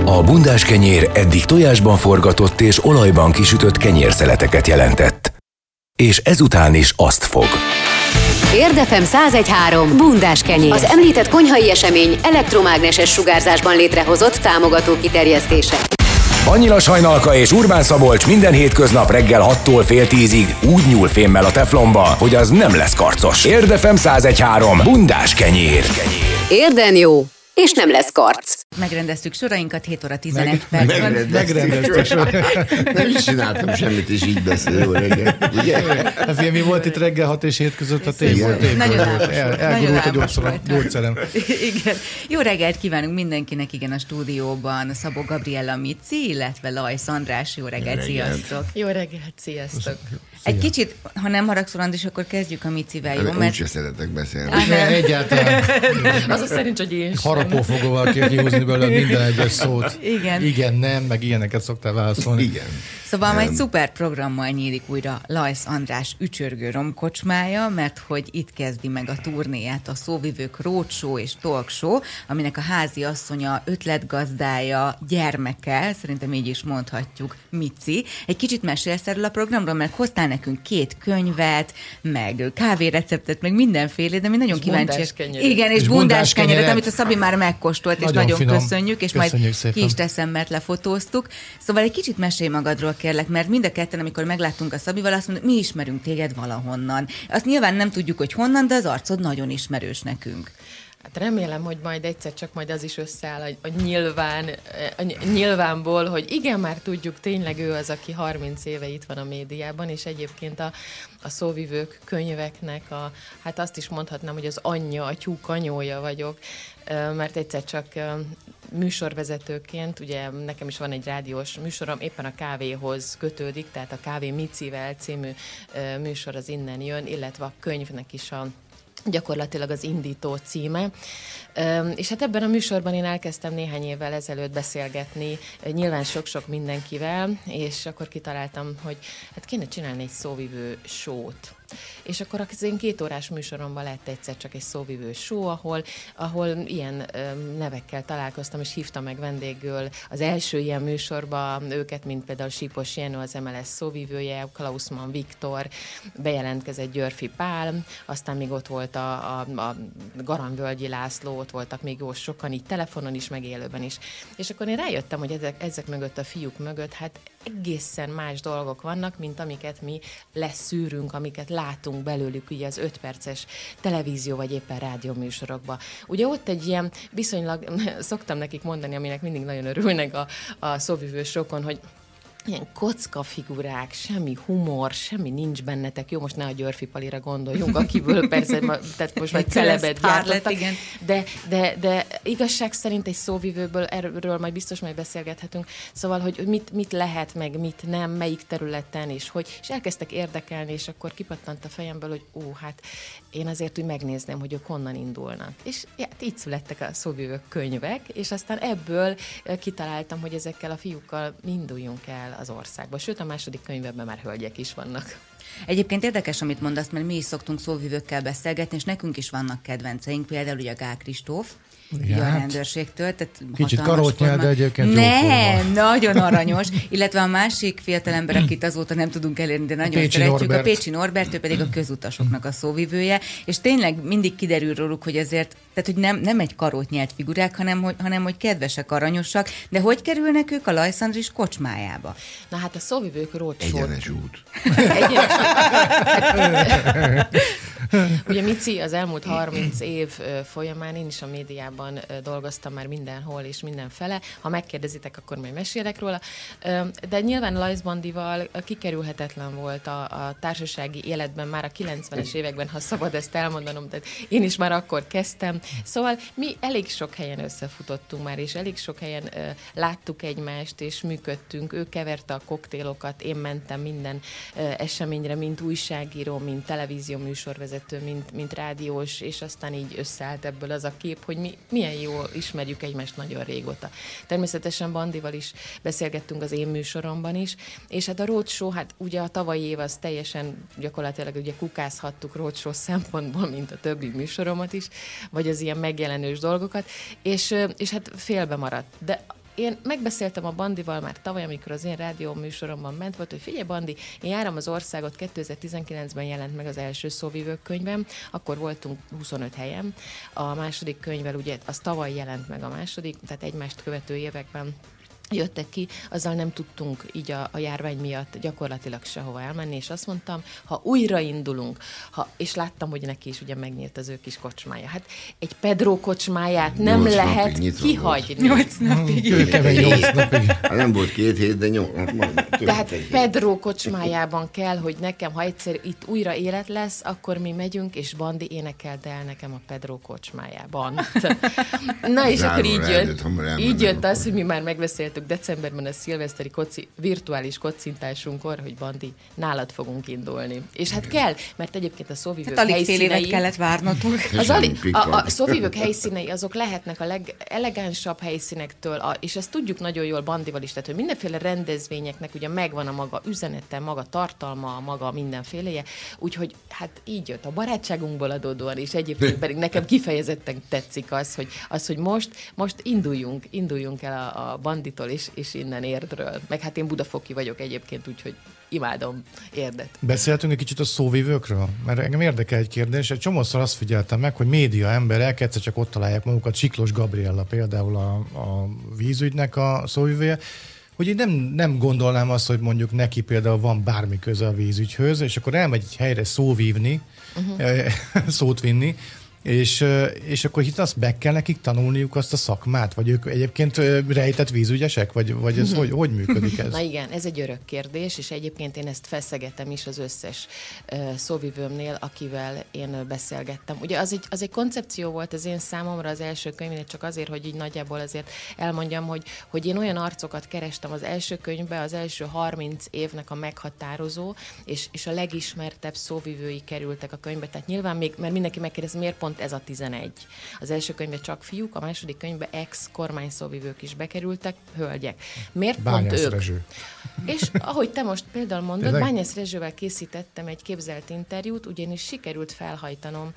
A bundás kenyér eddig tojásban forgatott és olajban kisütött kenyérszeleteket jelentett. És ezután is azt fog. Érdefem 101.3 bundás kenyér. Az említett konyhai esemény elektromágneses sugárzásban létrehozott támogató kiterjesztése. Annyila Sajnalka és Urbán Szabolcs minden hétköznap reggel 6-tól fél 10-ig úgy nyúl fémmel a teflonba, hogy az nem lesz karcos. Érdefem 101.3 bundás kenyér. Érden jó, és nem lesz karc. Megrendeztük sorainkat, 7 óra 11 perc. Megrendeztük. Nem is csináltam semmit, és így beszél. Jó reggel. Ugye? Hát mi volt itt reggel 6 és 7 között a téma? Nagyon álmos a gyógyszerem. Igen. Jó reggelt kívánunk mindenkinek, igen, a stúdióban Szabó Gabriella Mici, illetve Lajsz András. Jó reggelt, sziasztok! Jó reggelt, sziasztok! Egy kicsit, ha nem haragszol, Andris, akkor kezdjük a Micivel, jó? Mert... Úgyse szeretek beszélni. Egyáltalán. Az a szerint, hogy én sem. Harapófogóval kell kihúzni belőle minden egyes szót. Igen. Igen, nem, meg ilyeneket szoktál válaszolni. Igen. Szóval majd szuper programmal nyílik újra Lajsz András ücsörgő romkocsmája, mert hogy itt kezdi meg a turnéját a Szóvivők Roadshow és Talk Show, aminek a házi asszonya, ötletgazdája, gyermeke, szerintem így is mondhatjuk, Mici. Egy kicsit mesélsz erről a programról, mert hoztál nekünk 2 könyvet, meg kávéreceptet, meg mindenféle, de mi nagyon kíváncsiak. Igen, és bundás kenyeret, amit a Szabi már megkóstolt, és nagyon finom. Köszönjük, és Köszönjük majd szépen. ki is teszem, mert lefotóztuk. Szóval egy kicsit mesélj magadról, kérlek, mert mind a ketten, amikor megláttunk a Szabival, azt mondjuk, mi ismerünk téged valahonnan. Azt nyilván nem tudjuk, hogy honnan, de az arcod nagyon ismerős nekünk. Hát remélem, hogy majd egyszer csak majd az is összeáll a nyilvánból, hogy igen, már tudjuk, tényleg ő az, aki 30 éve itt van a médiában, és egyébként a Szóvivők könyveknek hát azt is mondhatnám, hogy az anyja, a tyúk anyója vagyok, mert egyszer csak műsorvezetőként, ugye nekem is van egy rádiós műsorom, éppen a kávéhoz kötődik, tehát a Kávé Micivel című műsor az innen jön, illetve a könyvnek is gyakorlatilag az indító címe. És hát ebben a műsorban én elkezdtem néhány évvel ezelőtt beszélgetni, nyilván sok-sok mindenkivel, és akkor kitaláltam, hogy hát kéne csinálni egy szóvivő show-t. És akkor az én 2 órás műsoromban lett egyszer csak egy szóvivő show, ahol ilyen nevekkel találkoztam, és hívtam meg vendégül az első ilyen műsorba őket, mint például Sípos Jenő, az MLS szóvivője, Klausman Viktor, bejelentkezett Györfi Pál, aztán még ott volt a Garamvölgyi László, ott voltak még jó sokan, így telefonon is, meg élőben is. És akkor én rájöttem, hogy ezek mögött, a fiúk mögött, hát egészen más dolgok vannak, mint amiket mi leszűrünk, amiket látunk belőlük ugye az 5 perces televízió vagy éppen rádióműsorokban. Ugye ott egy ilyen viszonylag, szoktam nekik mondani, aminek mindig nagyon örülnek a szóvivősokon, hogy ilyen kocka figurák, semmi humor, semmi nincs bennetek. Jó, most ne a Györfi Palira gondoljunk, akiből persze, tehát most már celebet gyártottak. De igazság szerint egy szóvivőből, erről majd biztos majd beszélgethetünk, szóval, hogy mit lehet, meg mit nem, melyik területen, és elkezdtek érdekelni, és akkor kipattant a fejemből, hogy hát én azért úgy megnézném, hogy ők honnan indulnak. És hát így születtek a Szóvivők könyvek, és aztán ebből kitaláltam, hogy ezekkel a fiúkkal induljunk el az országba. Sőt, a második könyvben már hölgyek is vannak. Egyébként érdekes, amit mondasz, mert mi is szoktunk szóvivőkkel beszélgetni, és nekünk is vannak kedvenceink, például ugye Gál Kristóf, a rendőrségtől. Kicsit karótnyál, de egyébként nem, nagyon aranyos. Illetve a másik fiatalember, akit azóta nem tudunk elérni, de nagyon Pécsi szeretjük, Norbert. a Pécsi Norbert, ő pedig a közutasoknak a szóvivője, és tényleg mindig kiderül róluk, hogy ezért, tehát hogy nem egy karótnyált figurák, hanem hogy kedvesek, aranyosak, de hogy kerülnek ők a Lajsz Andris kocsmájába? Na hát a Szóvivők Roadshow. Egyenes út. Ugye Mici az elmúlt 30 év folyamán én is a médiában dolgoztam már mindenhol és mindenfele. Ha megkérdezitek, akkor majd mesélek róla. De nyilván Lajsz Bandival kikerülhetetlen volt a társasági életben már a 90-es években, ha szabad ezt elmondanom. Tehát én is már akkor kezdtem. Szóval mi elég sok helyen összefutottunk már, és elég sok helyen láttuk egymást, és működtünk. Ő keverte a koktélokat, én mentem minden eseményre, mint újságíró, mint televízió műsorvezető, mint rádiós, és aztán így összeállt ebből az a kép, hogy mi milyen jól ismerjük egymást nagyon régóta. Természetesen Bandival is beszélgettünk az én műsoromban is, és hát a Roadshow, hát ugye a tavalyi év az teljesen gyakorlatilag ugye kukázhattuk Roadshow szempontból, mint a többi műsoromat is, vagy az ilyen megjelenős dolgokat, és hát félbe maradt. De én megbeszéltem a Bandival már tavaly, amikor az én rádió műsoromban ment volt, hogy figyelj Bandi, én járom az országot, 2019-ben jelent meg az első szóvivők könyvem, akkor voltunk 25 helyen, a második könyvvel ugye az tavaly jelent meg a második, tehát egymást követő években jöttek ki, azzal nem tudtunk így a járvány miatt gyakorlatilag sehova elmenni, és azt mondtam, ha újraindulunk, és láttam, hogy neki is ugye megnyílt az ő kis kocsmája. Hát egy Pedro kocsmáját nem lehet kihagyni. 8 napig. Kemény 8 napig. Nem volt 2 hét, de 8. Tehát Pedro kocsmájában kell, hogy nekem, ha egyszer itt újra élet lesz, akkor mi megyünk, és Bandi énekeld el nekem a Pedro kocsmájában. Na és akkor így jött az, hogy mi már megbeszéltük decemberben a szilveszteri virtuális kocintásunkor, hogy Bandi, nálad fogunk indulni. És hát kell, mert egyébként a szóvivők hát helyszínei... fél évet kellett várnotok. A szóvivők helyszínei azok lehetnek a legelegánsabb helyszínektől, és ezt tudjuk nagyon jól Bandival is, tehát hogy mindenféle rendezvényeknek ugye megvan a maga üzenete, maga tartalma, a maga mindenféleje, úgyhogy hát így jött a barátságunkból adódóan, és egyébként pedig nekem kifejezetten tetszik az, hogy most induljunk el a Banditól és innen Érdről. Meg hát én budafoki vagyok egyébként, úgyhogy imádom Érdet. Beszéltünk egy kicsit a szóvivőkről? Mert engem érdekel egy kérdés. Egy csomószor azt figyeltem meg, hogy média emberek egyszer csak ott találják magukat, Siklós Gabriella például a vízügynek a szóvivője, hogy én nem gondolnám azt, hogy mondjuk neki például van bármi köze a vízügyhöz, és akkor elmegy egy helyre szóvívni, szót vinni, és akkor itt azt meg kell nekik tanulniuk azt a szakmát? Vagy ők egyébként rejtett vízügyesek? Vagy ez hogy működik ez? Na igen, ez egy örök kérdés, és egyébként én ezt feszegetem is az összes szóvivőmnél, akivel én beszélgettem. Ugye az egy koncepció volt az én számomra az első könyvnél, csak azért, hogy így nagyjából azért elmondjam, hogy én olyan arcokat kerestem az első könyvbe, az első 30 évnek a meghatározó, és a legismertebb szóvivői kerültek a könyvbe. Tehát nyilván még, mert mindenki megkérdez, miért pont ez a 11. Az első könyvbe csak fiúk, a második könyvbe ex-kormányszóvivők is bekerültek, hölgyek. Miért Bányász pont ők? Rezső. És ahogy te most például mondod, Bányász Rezsővel készítettem egy képzelt interjút, ugyanis sikerült felhajtanom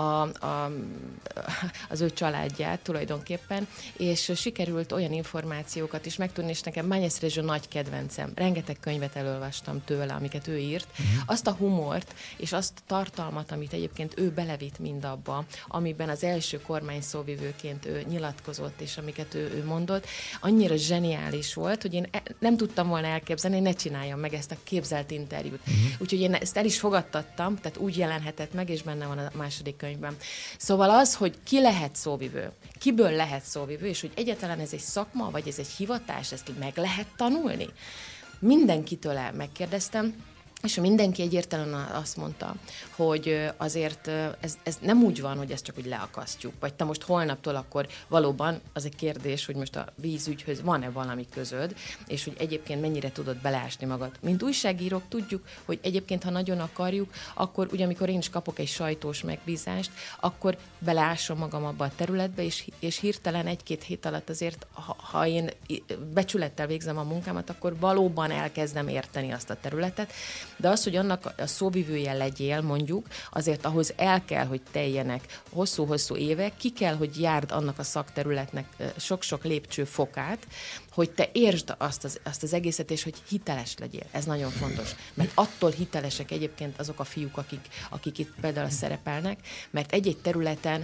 az ő családját tulajdonképpen, és sikerült olyan információkat is megtudni, és nekem Bányász Rezső nagy kedvencem. Rengeteg könyvet elolvastam tőle, amiket ő írt. Azt a humort és azt a tartalmat, amit egyébként ő belevitt mindabba, amiben az első kormányszóvivőként ő nyilatkozott, és amiket ő mondott, annyira zseniális volt, hogy én nem tudtam volna elképzelni, hogy ne csináljam meg ezt a képzelt interjút. Úgyhogy én ezt el is fogadtattam, tehát úgy jelenhetett meg, és benne van a második könyvben. Szóval az, hogy ki lehet szóvivő, kiből lehet szóvivő, és hogy egyáltalán ez egy szakma, vagy ez egy hivatás, ezt meg lehet tanulni. Mindenkitől megkérdeztem, és mindenki egyértelműen azt mondta, hogy azért ez nem úgy van, hogy ezt csak úgy leakasztjuk, vagy te most holnaptól akkor valóban az egy kérdés, hogy most a vízügyhöz van-e valami közöd, és hogy egyébként mennyire tudod beleásni magad. Mint újságírók tudjuk, hogy egyébként, ha nagyon akarjuk, akkor ugye amikor én is kapok egy sajtós megbízást, akkor beleásom magam abba a területbe, és hirtelen 1-2 hét alatt azért, ha én becsülettel végzem a munkámat, akkor valóban elkezdem érteni azt a területet. De az, hogy annak a szóvivője legyél, mondjuk, azért ahhoz el kell, hogy teljenek hosszú-hosszú évek, ki kell, hogy járd annak a szakterületnek sok-sok lépcsőfokát, hogy te értsd azt az egészet, és hogy hiteles legyél. Ez nagyon fontos. Mert attól hitelesek egyébként azok a fiúk, akik itt például szerepelnek, mert egy-egy területen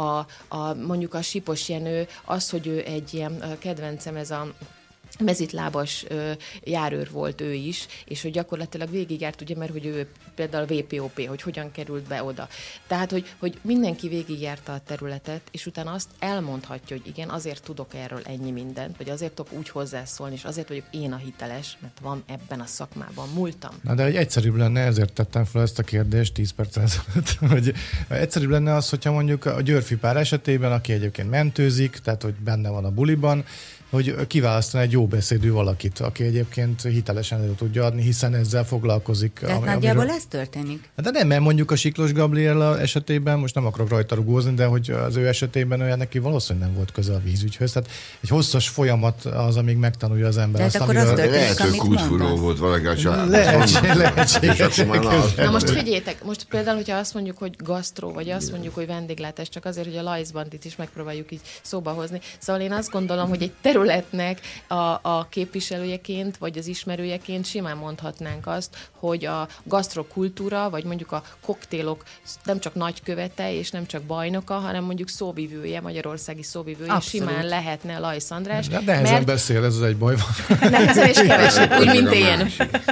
mondjuk a Sipos Jenő, az, hogy ő egy ilyen kedvencem, ez a mezitlábas járőr volt ő is, és hogy gyakorlatilag végigjárt, ugye, mert hogy ő például a VPOP, hogy hogyan került be oda. Tehát, hogy mindenki végigjárta a területet, és utána azt elmondhatja, hogy igen, azért tudok erről ennyi mindent, vagy azért tudok úgy hozzászólni, és azért vagyok én a hiteles, mert van ebben a szakmában múltam. Na de egy egyszerűbb lenne, ezért tettem fel ezt a kérdést 10 perc ezelőtt, hogy egyszerűbb lenne az, hogyha mondjuk a Györfi pár esetében, aki egyébként mentőzik, tehát hogy benne van a buliban, hogy kiválasztani egy jó beszédű valakit, aki egyébként hitelesen elő tudja adni, hiszen ezzel foglalkozik. Tehát nagyjából ez történik? De nem, mert mondjuk a Siklós Gabriella esetében, most nem akarok rajta rugózni, de hogy az ő esetében olyan neki valószínűleg nem volt köze a vízügyhöz. Tehát egy hosszas folyamat az, amíg megtanulja az ember. Tehát akkor az történik, lehet, hogy kútfuró volt valaki a család. Lehetséges. Na most figyeljetek, most például, hogyha azt mondjuk, hogy gasztró, vagy azt mondjuk, hogy vendéglátás, csak azért, hogy a Lajsz Bandit is megpróbáljuk így szóba hozni. Szóval én azt gondolom, hogy egy területnek a képviselőjeként, vagy az ismerőjeként simán mondhatnánk azt, hogy a gasztrokultúra, vagy mondjuk a koktélok nem csak nagykövete, és nem csak bajnoka, hanem mondjuk szóvivője, magyarországi szóvivője. Abszolút. Simán lehetne Lajsz András. De nehezen beszél, ez az egy baj van. Nehezen és keveset, úgy, mint én.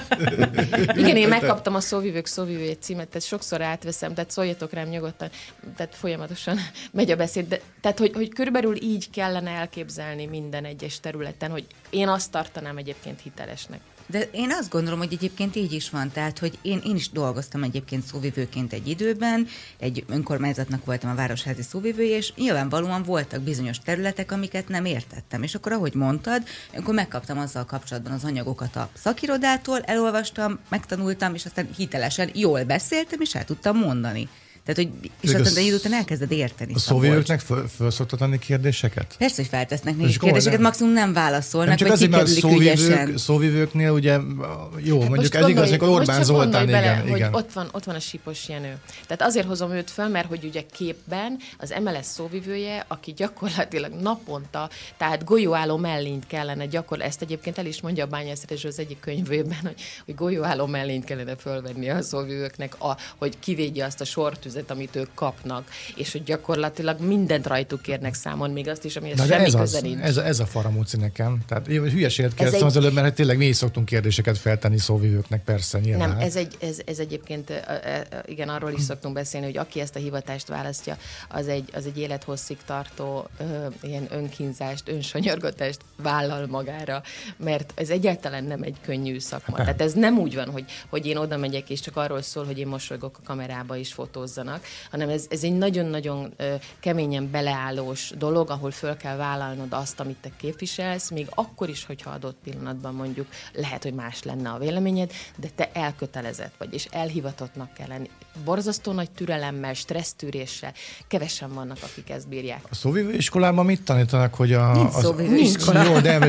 Igen, én megkaptam a szóvivők szóvivője címet, tehát sokszor átveszem, tehát szóljatok rám nyugodtan, tehát folyamatosan megy a beszéd. De, tehát, hogy körülbelül így kellene elképzelni minden egyes területen, hogy én azt tartanám egyébként hitelesnek. De én azt gondolom, hogy egyébként így is van, tehát, hogy én is dolgoztam egyébként szóvivőként egy időben, egy önkormányzatnak voltam a városházi szóvivője, és nyilvánvalóan voltak bizonyos területek, amiket nem értettem. És akkor, ahogy mondtad, akkor megkaptam azzal kapcsolatban az anyagokat a szakirodától, elolvastam, megtanultam, és aztán hitelesen jól beszéltem, és el tudtam mondani. Tehát, hogy, és aztán egy idő után elkezded érteni. A szóvivőknek föl szoktat adni kérdéseket? Persze, hogy feltesznek neki kérdéseket, maximum nem válaszolnak, nem, vagy kikerülik ügyesen. Szóvivőknél ugye, jó, hát mondjuk ez igaz, amikor Orbán Zoltán, igen. Hogy ott van a Sipos Jenő. Tehát azért hozom őt föl, mert hogy ugye képben az MLS szóvivője, aki gyakorlatilag naponta, tehát golyóálló mellényt kellene ezt egyébként el is mondja a Bányász Rezső az egyik könyvében, hogy golyóálló mellényt kellene fölvenni a szóvivőknek, hogy kivédje azt a sortüzet, amit ők kapnak, és hogy gyakorlatilag mindent rajtuk kérnek számon, még azt is, amihez semmi köze nincs. Ez a faramúci nekem. Tehát hülyeséget kérdeztem az előbb, mert tényleg mi is szoktunk kérdéseket feltenni szóvivőknek, persze, nyilván. Nem, ez egyébként, igen, arról is szoktunk beszélni, hogy aki ezt a hivatást választja, az egy élethosszig tartó ilyen önkínzást, önsanyargatást vállal magára, mert ez egyáltalán nem egy könnyű szakma. Tehát ez nem úgy van, hogy én oda megyek, és csak arról szól, hogy én mosolygok a kamerába is fotózzanak, hanem ez egy nagyon-nagyon keményen beleállós dolog, ahol föl kell vállalnod azt, amit te képviselsz, még akkor is, hogyha adott pillanatban mondjuk lehet, hogy más lenne a véleményed, de te elkötelezett vagy, és elhivatottnak kell lenni. Borzasztó nagy türelemmel, stressztűréssel, kevesen vannak, akik ezt bírják. A szóvivőiskolában mit tanítanak, hogy nincs szóvivőiskola. Jó, de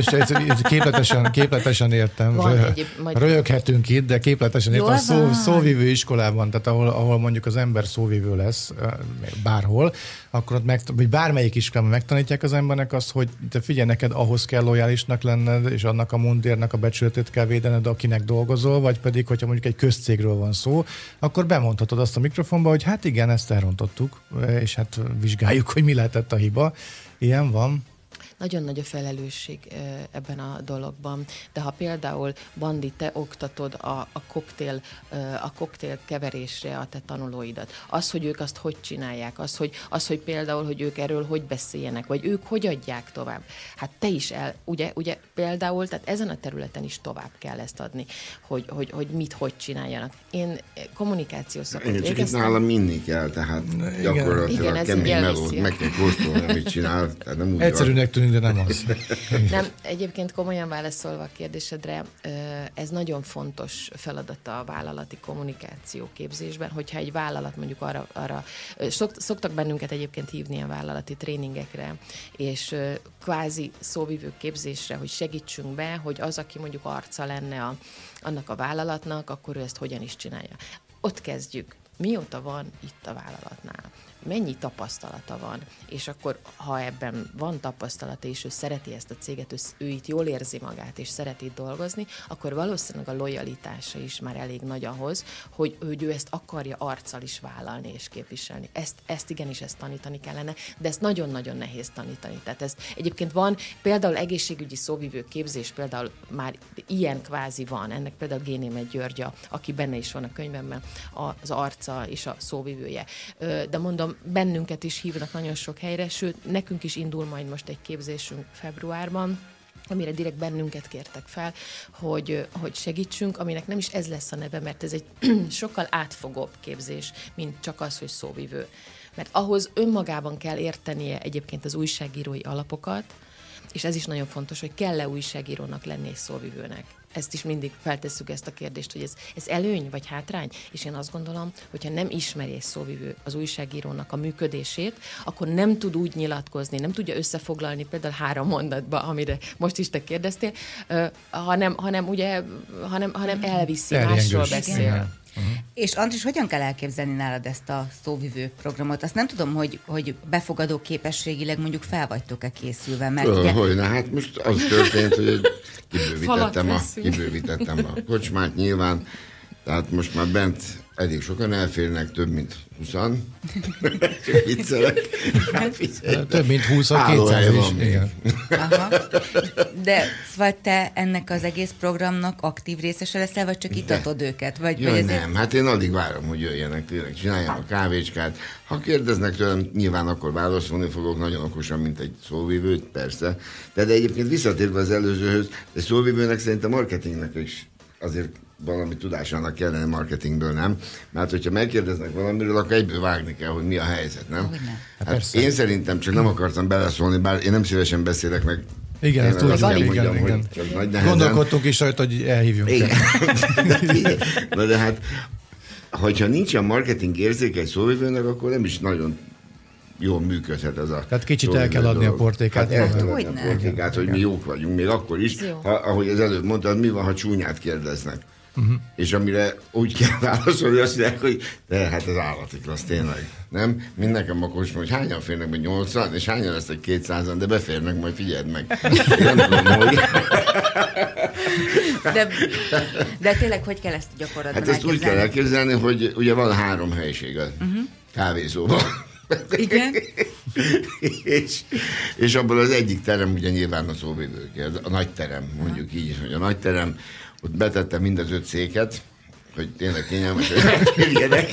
képletesen értem. Röhöghetünk itt, de képletesen értem. A szóvivőiskolában, tehát ahol mondjuk az ember szóvivő lesz bárhol, akkor ott vagy bármelyik iskolában megtanítják az embernek azt, hogy te figyelj, neked ahhoz kell lojálisnak lenned, és annak a mundérnak a becsületét kell védened, akinek dolgozol, vagy pedig, hogyha mondjuk egy közcégről van szó, akkor bemondhatod azt a mikrofonba, hogy hát igen, ezt elrontottuk, és hát vizsgáljuk, hogy mi lehetett a hiba. Ilyen van. Nagyon nagy a felelősség ebben a dologban, de ha például, Bandi, te oktatod a koktél keverésre a te tanulóidat, az, hogy ők azt hogy csinálják, az, hogy például, hogy ők erről hogy beszéljenek, vagy ők hogy adják tovább. Hát te is ugye például, tehát ezen a területen is tovább kell ezt adni, hogy mit, hogy csináljanak. Én kommunikációs szakot végeztem. Csak itt nálam minni kell, tehát gyakorlatilag kemény melót meg kell kóstolni, amit csinál. Egyszerűnek tűnik, de nem az. Nem, egyébként komolyan válaszolva a kérdésedre, ez nagyon fontos feladata a vállalati kommunikáció képzésben, hogyha egy vállalat mondjuk arra szoktak bennünket egyébként hívni a vállalati tréningekre, és kvázi szóvivő képzésre, hogy segítsünk be, hogy az, aki mondjuk arca lenne annak a vállalatnak, akkor ő ezt hogyan is csinálja. Ott kezdjük. Mióta van itt a vállalatnál? Mennyi tapasztalata van? És akkor, ha ebben van tapasztalata, és ő szereti ezt a céget, ő itt jól érzi magát, és szereti dolgozni, akkor valószínűleg a lojalitása is már elég nagy ahhoz, hogy ő ezt akarja arccal is vállalni és képviselni. Ezt igenis ezt tanítani kellene, de ezt nagyon-nagyon nehéz tanítani. Tehát ez egyébként van, például egészségügyi szóvivő képzés, például már ilyen kvázi van, ennek például Génémet György, aki benne is van a könyvemben, az arca és a szóvivője. De mondom, bennünket is hívnak nagyon sok helyre, sőt, nekünk is indul majd most egy képzésünk februárban, amire direkt bennünket kértek fel, hogy segítsünk, aminek nem is ez lesz a neve, mert ez egy sokkal átfogóbb képzés, mint csak az, hogy szóvivő. Mert ahhoz önmagában kell értenie egyébként az újságírói alapokat, és ez is nagyon fontos, hogy kell-e újságírónak lenni és szóvivőnek. Ezt is mindig feltesszük ezt a kérdést, hogy ez előny vagy hátrány, és én azt gondolom, hogyha nem ismeri egy szóvivő az újságírónak a működését, akkor nem tud úgy nyilatkozni, nem tudja összefoglalni például 3 mondatba, amire most is te kérdeztél, hanem elviszi, másról beszél. És Andris, hogyan kell elképzelni nálad ezt a szóvivő programot? Azt nem tudom, hogy befogadó képességileg mondjuk fel vagytok-e készülve, mert ugye... Hogyne, hát most az történt, hogy kibővítettem a kocsmát nyilván, tehát most már bent elég sokan elférnek, több mint 20-an. Viccelek. Több mint 20-200 is. Igen. Aha. De szóval te ennek az egész programnak aktív részese leszel, vagy csak itatod őket? Vagy ezért... Nem, hát én addig várom, hogy jöjjenek, tényleg csináljam a kávécskát. Ha kérdeznek tőlem, nyilván akkor válaszolni fogok, nagyon okosan, mint egy szóvivőt, persze. De egyébként visszatérve az előzőhöz, de szóvivőnek szerintem marketingnek is azért valami tudásának kellene marketingből, nem? Mert hogyha megkérdeznek valamiről, akkor egyből vágni kell, hogy mi a helyzet, nem? Hát én szerintem csak nem akartam beleszólni, bár én nem szívesen beszélek meg. Igen, ezt tudjuk, igen. Gondolkodtunk is rajta, hogy elhívjunk. Igen. Na de hát, hogyha nincsen marketing érzéke egy szóvivőnek, akkor nem is nagyon jól működhet az a... Tehát kicsit el kell adni a portékát. Hát el kell adni a portékát, hogy mi jók vagyunk, még akkor is, ahogy az előbb mondtad, mi van, ha csúnyát kérdeznek. És amire úgy kell válaszolni, azt mondják, hogy de hát ez állati klassz, tényleg. Nem? Mind nekem a kocsma, hogy hányan férnek be 80, és hányan lesznek 200-an, de beférnek, majd figyeld meg. Én nem tudom, hogy... De tényleg, hogy kell ezt gyakorlatban Hát ezt úgy kell elképzelni, hogy ugye van 3 helység a kávézóban. Igen. és abból az egyik terem ugye nyilván a szóvivőké, a nagy terem, mondjuk így, hogy a nagy terem, ott betettem mind az 5 széket, hogy tényleg kényelmes, hogy elférjenek.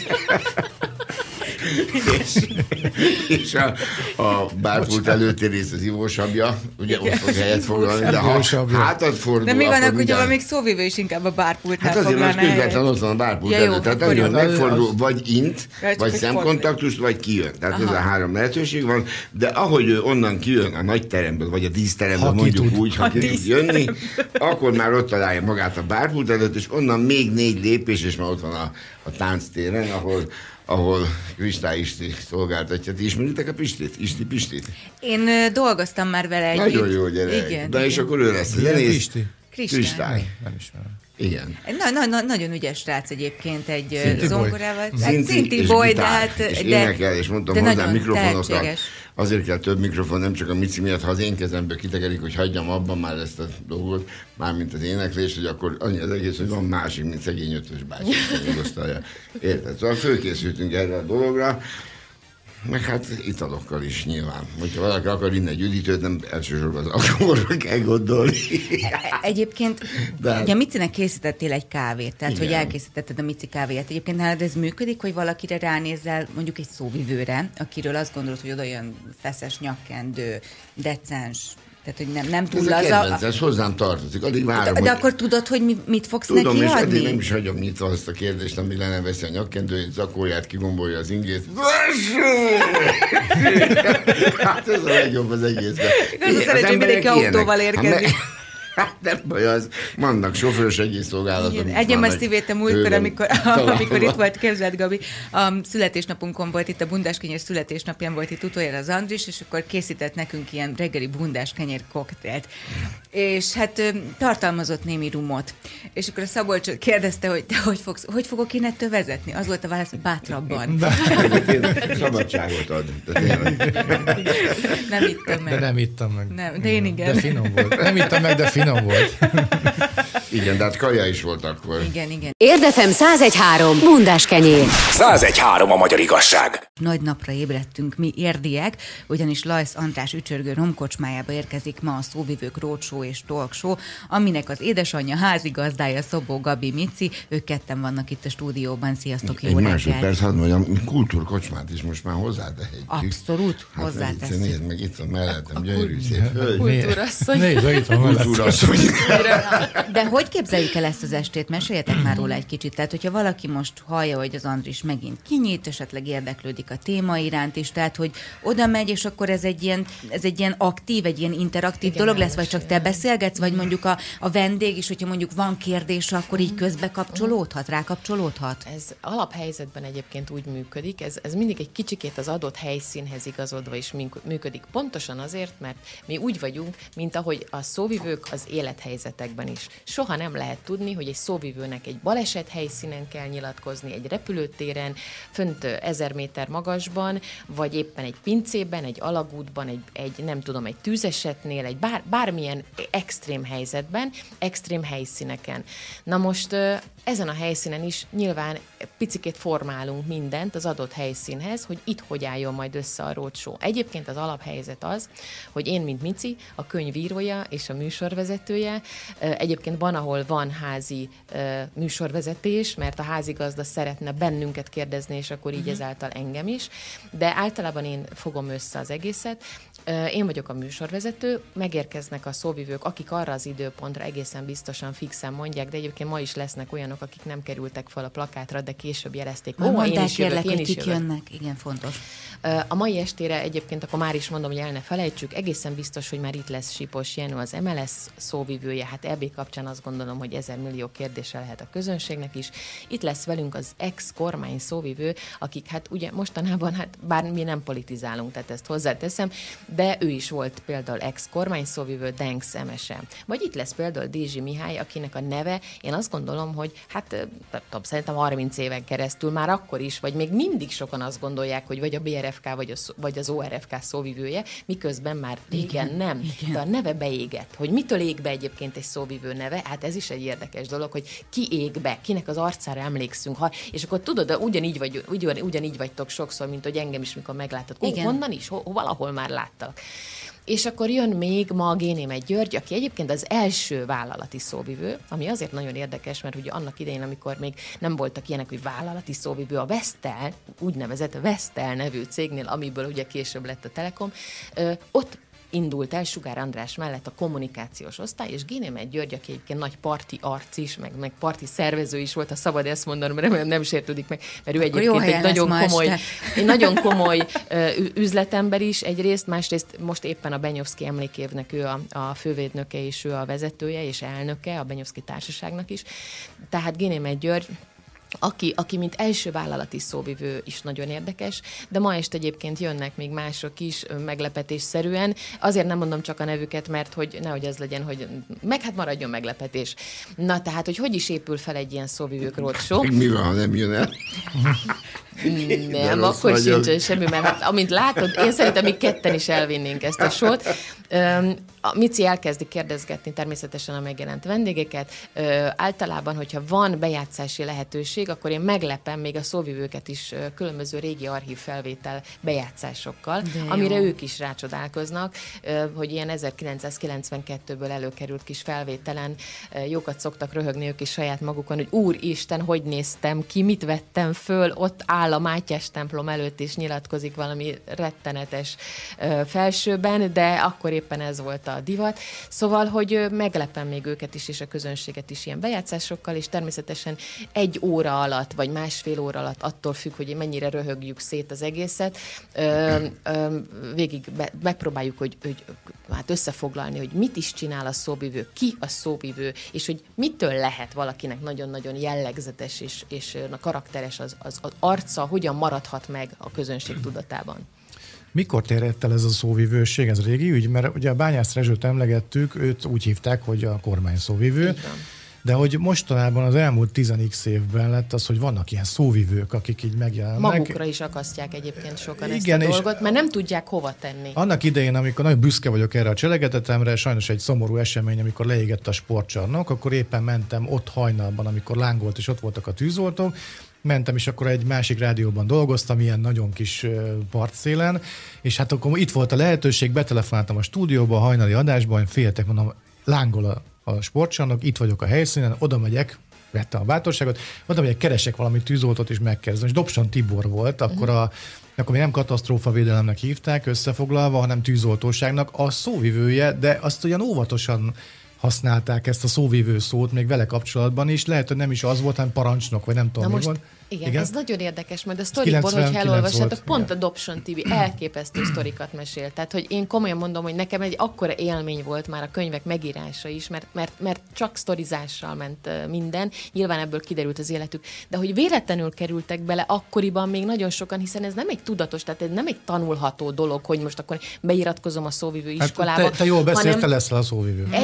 és a bárpult előtti rész az ivósabja, ugye ott fog helyet foglalni, de ha hátat fordul, de mi van akkor, hogyha még szóvivő is inkább a bárpultnál hát foglalná azért most közvetlen ott van a bárpult előtt, tehát nagyon megfordul, vagy int, vagy szemkontaktust, vagy kijön. Tehát ez a 3 lehetőség van, de ahogy ő onnan kijön a nagy teremből, vagy a díszteremből, mondjuk úgy, ha ki tud jönni, akkor már ott találja magát a bárpult előtt, és onnan még 4 lépés, és már ott van a tánctéren, ahol Kristály Isti szolgáltatja. Ti ismeritek a Pistit? Isti Pistit? Én dolgoztam már vele együtt. Nagyon jó gyerek. Igen, de és akkor ő lesz a zenész. Kristály. Nem ismerem. Igen. Nagyon ügyes srác egyébként egy zongorával. Szinti boy, de hát... És énekel, és mondtam hozzá mikrofonokat. Azért kell több mikrofon, nem csak a Mici miatt, ha az én kezemből kitekerik, hogy hagyjam abban már ezt a dolgot, mármint az éneklést, hogy akkor annyi az egész, hogy van másik, mint szegény 5-ös bácsi, érted? Szóval fölkészültünk erre a dologra, meg hát italokkal is nyilván. Hogyha valaki akar inni egy üdítőt, nem elsősorban az alkoholra kell gondolni. Egyébként, ugye Micinek készítettél egy kávét, tehát igen, hogy elkészítetted a Mici kávéját. Egyébként nálad ez működik, hogy valakire ránézzel, mondjuk egy szóvivőre, akiről azt gondolod, hogy oda olyan feszes nyakkendő, decens, tehát, hogy nem túl laza. Ez hozzám tartozik. Addig várom, de akkor tudod, hogy mit fogsz neki adni? Tudom, és addig nem is hagyom nyitva azt a kérdést, ami le nem veszi a nyakkendőjét, zakóját, kigombolja az ingét. Hát ez a legjobb az egészben. Ez a szerencsé, hogy mindenki autóval érkezik. Hát nem baj az, vannak sofőrsegélyszolgálatok. Egyem a szívét a múltkor, amikor itt volt, képzeld Gabi, a születésnapunkon volt itt, a bundáskenyér születésnapján volt itt utoljára az Andris, és akkor készített nekünk ilyen reggeli bundáskenyér koktélt. És hát tartalmazott némi rumot. És akkor a Szabolcs kérdezte, hogy te hogy fogok én ettől vezetni? Az volt a válasz, bátrabban. Szabadságot ad. Nem ittam meg. De nem ittam meg. Nem, de én igen. De finom volt. Nem ittam meg, de finom volt. Igen, de hát kaja is volt akkor. Igen. Érdefem 101.3. Bundás kenyér. 101.3 a magyar igazság. Nagy napra ébredtünk mi érdiek, ugyanis Lajsz András ücsörgő romkocsmájába érkezik ma a Szóvivők Roadshow és Talk Show, aminek az édesanyja házigazdája Szabó Gabi Mici, ők ketten vannak itt a stúdióban. Sziasztok, jó reggelt! Egy másodperc, hadd mondjam, kultúrkocsmát is most már hozzátehetjük. Abszolút, hozzátesszük. Nézd meg, itt van mellettem, gyönyörű szép hölgy. Kultúrasszony. Nézd, itt van Kultúrasszony. De hogy képzeljük el ezt az estét? Meséljetek már róla egy kicsit. Tehát, hogyha valaki most hallja, hogy az Andris megint kinyit, esetleg érdeklődik a téma iránt is, tehát, hogy oda megy, és akkor ez egy ilyen aktív, egy ilyen interaktív dolog lesz, vagy csak te beszélgetsz, vagy mondjuk a vendég is, hogyha mondjuk van kérdése, akkor így közbe kapcsolódhat, rákapcsolódhat? Ez alaphelyzetben egyébként úgy működik, ez mindig egy kicsikét az adott helyszínhez igazodva is működik. Pontosan azért, mert mi úgy vagyunk, mint ahogy a szóvivők az az élethelyzetekben is. Soha nem lehet tudni, hogy egy szóvivőnek egy baleset helyszínen kell nyilatkozni, egy repülőtéren, fönt 1000 méter magasban, vagy éppen egy pincében, egy alagútban, egy tűzesetnél, egy bármilyen extrém helyzetben, extrém helyszíneken. Na most ezen a helyszínen is nyilván picikét formálunk mindent az adott helyszínhez, hogy itt hogy álljon majd össze a roadshow. Egyébként az alaphelyzet az, hogy én, mint Mici, a könyvírója és a műsorvezetője, egyébként van, ahol van házi műsorvezetés, mert a házigazda szeretne bennünket kérdezni, és akkor így ezáltal engem is, de általában én fogom össze az egészet. Én vagyok a műsorvezető, megérkeznek a szóvivők, akik arra az időpontra egészen biztosan fixen mondják, de egyébként ma is lesznek olyanok, akik nem kerültek fel a plakátra, de később jelezték. Én is jövök, én is jönnek. Igen, fontos. A mai estére egyébként akkor már is mondom, hogy el ne felejtsük, egészen biztos, hogy már itt lesz Sipos Jenő, az MLS szóvivője, hát EB kapcsán azt gondolom, hogy 1000 millió kérdése lehet a közönségnek is. Itt lesz velünk az ex-kormány szóvivő, akik hát ugye mostanában, hát bár mi nem politizálunk, tehát ezt hozzáteszem, de ő is volt például ex-kormány szóvivő, Denks Emese. Vagy itt lesz például Dézsi Mihály, akinek a neve, én azt gondolom, hogy hát szerintem 30 éven keresztül már akkor is, vagy még mindig sokan azt gondolják, hogy vagy a BRFK, vagy az ORFK szóvivője, miközben már régen nem. Igen. De a neve beégett. Hogy mitől ég be egyébként egy szóvivő neve, hát ez is egy érdekes dolog, hogy ki ég be, kinek az arcára emlékszünk. És akkor tudod, de ugyanígy vagytok sokszor, mint hogy engem is, mikor meglátod. Honnan is? Valahol már láttalak. És akkor jön még ma a Génémet György, aki egyébként az első vállalati szóvivő, ami azért nagyon érdekes, mert ugye annak idején, amikor még nem voltak ilyenek, hogy vállalati szóvivő, a Vestel, úgynevezett Vestel nevű cégnél, amiből ugye később lett a Telekom, ott indult el Sugár András mellett a kommunikációs osztály, és Génémet György, aki egyébként nagy parti arc is, meg parti szervező is volt, ha szabad ezt mondanom, remélem nem sértődik meg, mert ő egyébként egy nagyon komoly üzletember is egyrészt, másrészt most éppen a Benyovszky emlékévnek ő a fővédnöke, és ő a vezetője és elnöke a Benyovszky Társaságnak is. Tehát Génémet György, aki mint első vállalati szóvivő is nagyon érdekes, de ma este egyébként jönnek még mások is meglepetésszerűen. Azért nem mondom csak a nevüket, mert hogy nehogy az legyen, hogy hát maradjon meglepetés. Na, tehát, hogy is épül fel egy ilyen szóvivők roadshow. Mi van, ha nem jön el? Nem, akkor sincsen semmi, mert hát, amint látod, én szerintem mi ketten is elvinnénk ezt a sót. A Mici elkezdi kérdezgetni természetesen a megjelent vendégeket. Általában, hogyha van bejátszási lehetőség, akkor én meglepem még a szóvivőket is különböző régi archív felvétel bejátszásokkal, amire ők is rácsodálkoznak, hogy ilyen 1992-ből előkerült kis felvételen jókat szoktak röhögni ők is saját magukon, hogy úristen, hogy néztem ki, mit vettem föl, ott áll a Mátyás templom előtt is nyilatkozik valami rettenetes felsőben, de akkor éppen ez volt a divat. Szóval, hogy meglepem még őket is, és a közönséget is ilyen bejátszásokkal, és természetesen 1 óra alatt, vagy másfél óra alatt, attól függ, hogy mennyire röhögjük szét az egészet, végig megpróbáljuk, hogy hát összefoglalni, hogy mit is csinál a szóvivő, ki a szóvivő, és hogy mitől lehet valakinek nagyon-nagyon jellegzetes és karakteres az arca, hogyan maradhat meg a közönség tudatában. Mikor terjedt el ez a szóvivőség, ez régi ügy? Mert ugye a Bányász Rezsőt emlegettük, őt úgy hívták, hogy a kormány szóvivő, de hogy mostanában az elmúlt 10x évben lett az, hogy vannak ilyen szóvivők, akik így megjelennek. Magukra is akasztják egyébként sokan ezt a dolgot, mert nem tudják hova tenni. Annak idején, amikor nagyon büszke vagyok erre a cselekedetemre, sajnos egy szomorú esemény, amikor leégett a sportcsarnok, akkor éppen mentem ott hajnalban, amikor lángolt, és ott voltak a tűzoltók, mentem, és akkor egy másik rádióban dolgoztam, ilyen nagyon kis partszélen, és hát akkor itt volt a lehetőség, betelefonáltam a stúdióba, a hajnali adásban, féltek, mondom, lángol a sportcsarnok, itt vagyok a helyszínen, oda megyek, vettem a bátorságot, oda megyek, keresek valami tűzoltót, és megkezdem. És Dobson Tibor volt, akkor még nem katasztrófavédelemnek hívták összefoglalva, hanem tűzoltóságnak a szóvivője, de azt olyan óvatosan használták ezt a szóvivő szót még vele kapcsolatban is. Lehet, hogy nem is az volt, hanem parancsnok, vagy nem tudom, mi volt. Igen, ez nagyon érdekes, majd a sztorikból, hogyha elolvassátok, pont a Dobson TV elképesztő sztorikat mesél. Tehát, hogy én komolyan mondom, hogy nekem egy akkora élmény volt már a könyvek megírása is, mert csak sztorizással ment minden. Nyilván ebből kiderült az életük. De hogy véletlenül kerültek bele akkoriban még nagyon sokan, hiszen ez nem egy tudatos, tehát ez nem egy tanulható dolog, hogy most akkor beiratkozom a szóvivő iskolába. Te jól beszélsz, te leszel a szóvivő. Egyrészt jól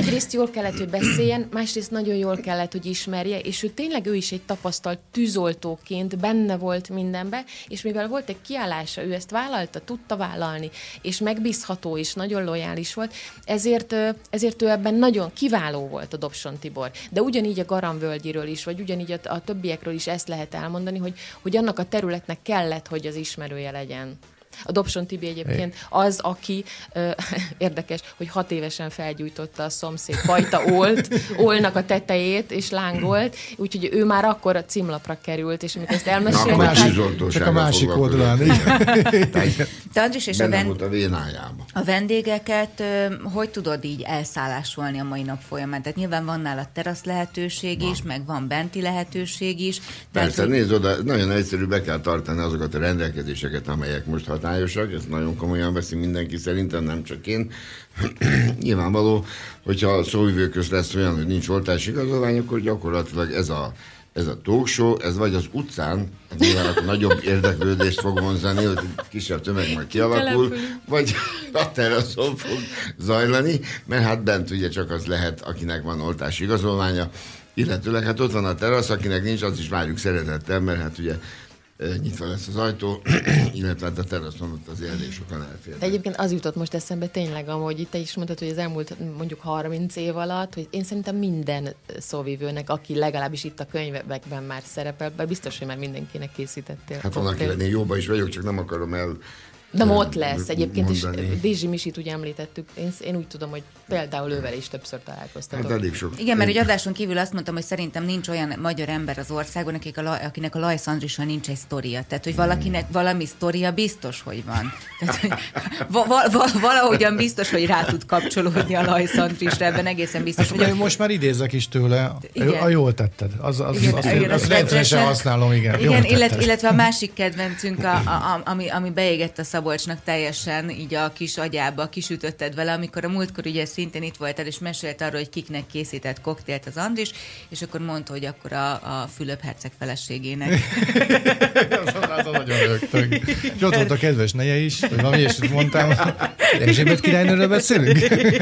jól kellett, hogy beszéljen, másrészt nagyon jól kellett, hogy ismerje, és ő is egy tapasztalt tűzoltóként benne volt mindenbe, és mivel volt egy kiállása, ő ezt vállalta, tudta vállalni, és megbízható, és nagyon lojális volt, ezért ő ebben nagyon kiváló volt a Dobson Tibor. De ugyanígy a Garamvölgyiről is, vagy ugyanígy a többiekről is ezt lehet elmondani, hogy annak a területnek kellett, hogy az ismerője legyen. A Dobson Tibi egyébként az, aki érdekes, hogy 6 évesen felgyújtotta a szomszéd Pajta Ólnak a tetejét, és lángolt, úgyhogy ő már akkor a címlapra került, és amikor ezt elmesélt... Csak a másik oldalán. Te Andris, és a vendégeket hogy tudod így elszállásolni a mai nap folyamán? Tehát nyilván van nála terasz lehetőség is, meg van benti lehetőség is. Persze, nézd oda, nagyon egyszerű, be kell tartani azokat a rendelkezéseket, amelyek most hatályosak, ezt nagyon komolyan veszi mindenki, szerintem nem csak én. Nyilvánvaló, hogyha a szóvivő közt lesz olyan, hogy nincs oltási igazolvány, akkor gyakorlatilag ez a talk show, ez vagy az utcán, nyilván nagyobb érdeklődést fog vonzani, hogy kisebb tömeg majd kialakul, vagy a teraszon fog zajlani, mert hát bent ugye csak az lehet, akinek van oltási igazolványa, illetőleg hát ott van a terasz, akinek nincs, az is várjuk szeretettel, mert hát ugye nyitva lesz az ajtó, illetve a teraszon ott azért elég sokan elférnek. De egyébként az jutott most eszembe tényleg, ahogy itt te is mondtad, hogy az elmúlt mondjuk 30 év alatt, hogy én szerintem minden szóvivőnek, aki legalábbis itt a könyvekben már szerepel, biztos, hogy már mindenkinek készítettél. Hát van, akivel jóban is vagyok, csak nem akarom el... De ott lesz egyébként, és Dézsi Misit ugye említettük, én úgy tudom, hogy például ővel is többször találkoztatok. Hát elég sok. Igen, mert egy adáson kívül azt mondtam, hogy szerintem nincs olyan magyar ember az országon, akinek a Lajsz Andrissal nincs egy sztoria. Tehát, hogy valakinek valami sztoria biztos, hogy van. Tehát, hogy valahogyan biztos, hogy rá tud kapcsolódni a Lajsz Andrissra, ebben egészen biztos vagyok. Most már idézek is tőle, a jól tetted. Azt rendszeresen használom, igen. Illetve a másik kedvencünk, ami beégett a Szabolcsnak teljesen így a kis agyába, kisütötted vele, amikor a múltkor ugye szintén itt voltál, és mesélt arról, hogy kiknek készített koktélt az Andris, és akkor mondta, hogy akkor a Fülöp herceg feleségének. Az nagyon rögtön. És ott volt a kedves neje is, hogy valami ilyesmit mondtam. Erzsébet királynőről beszélünk?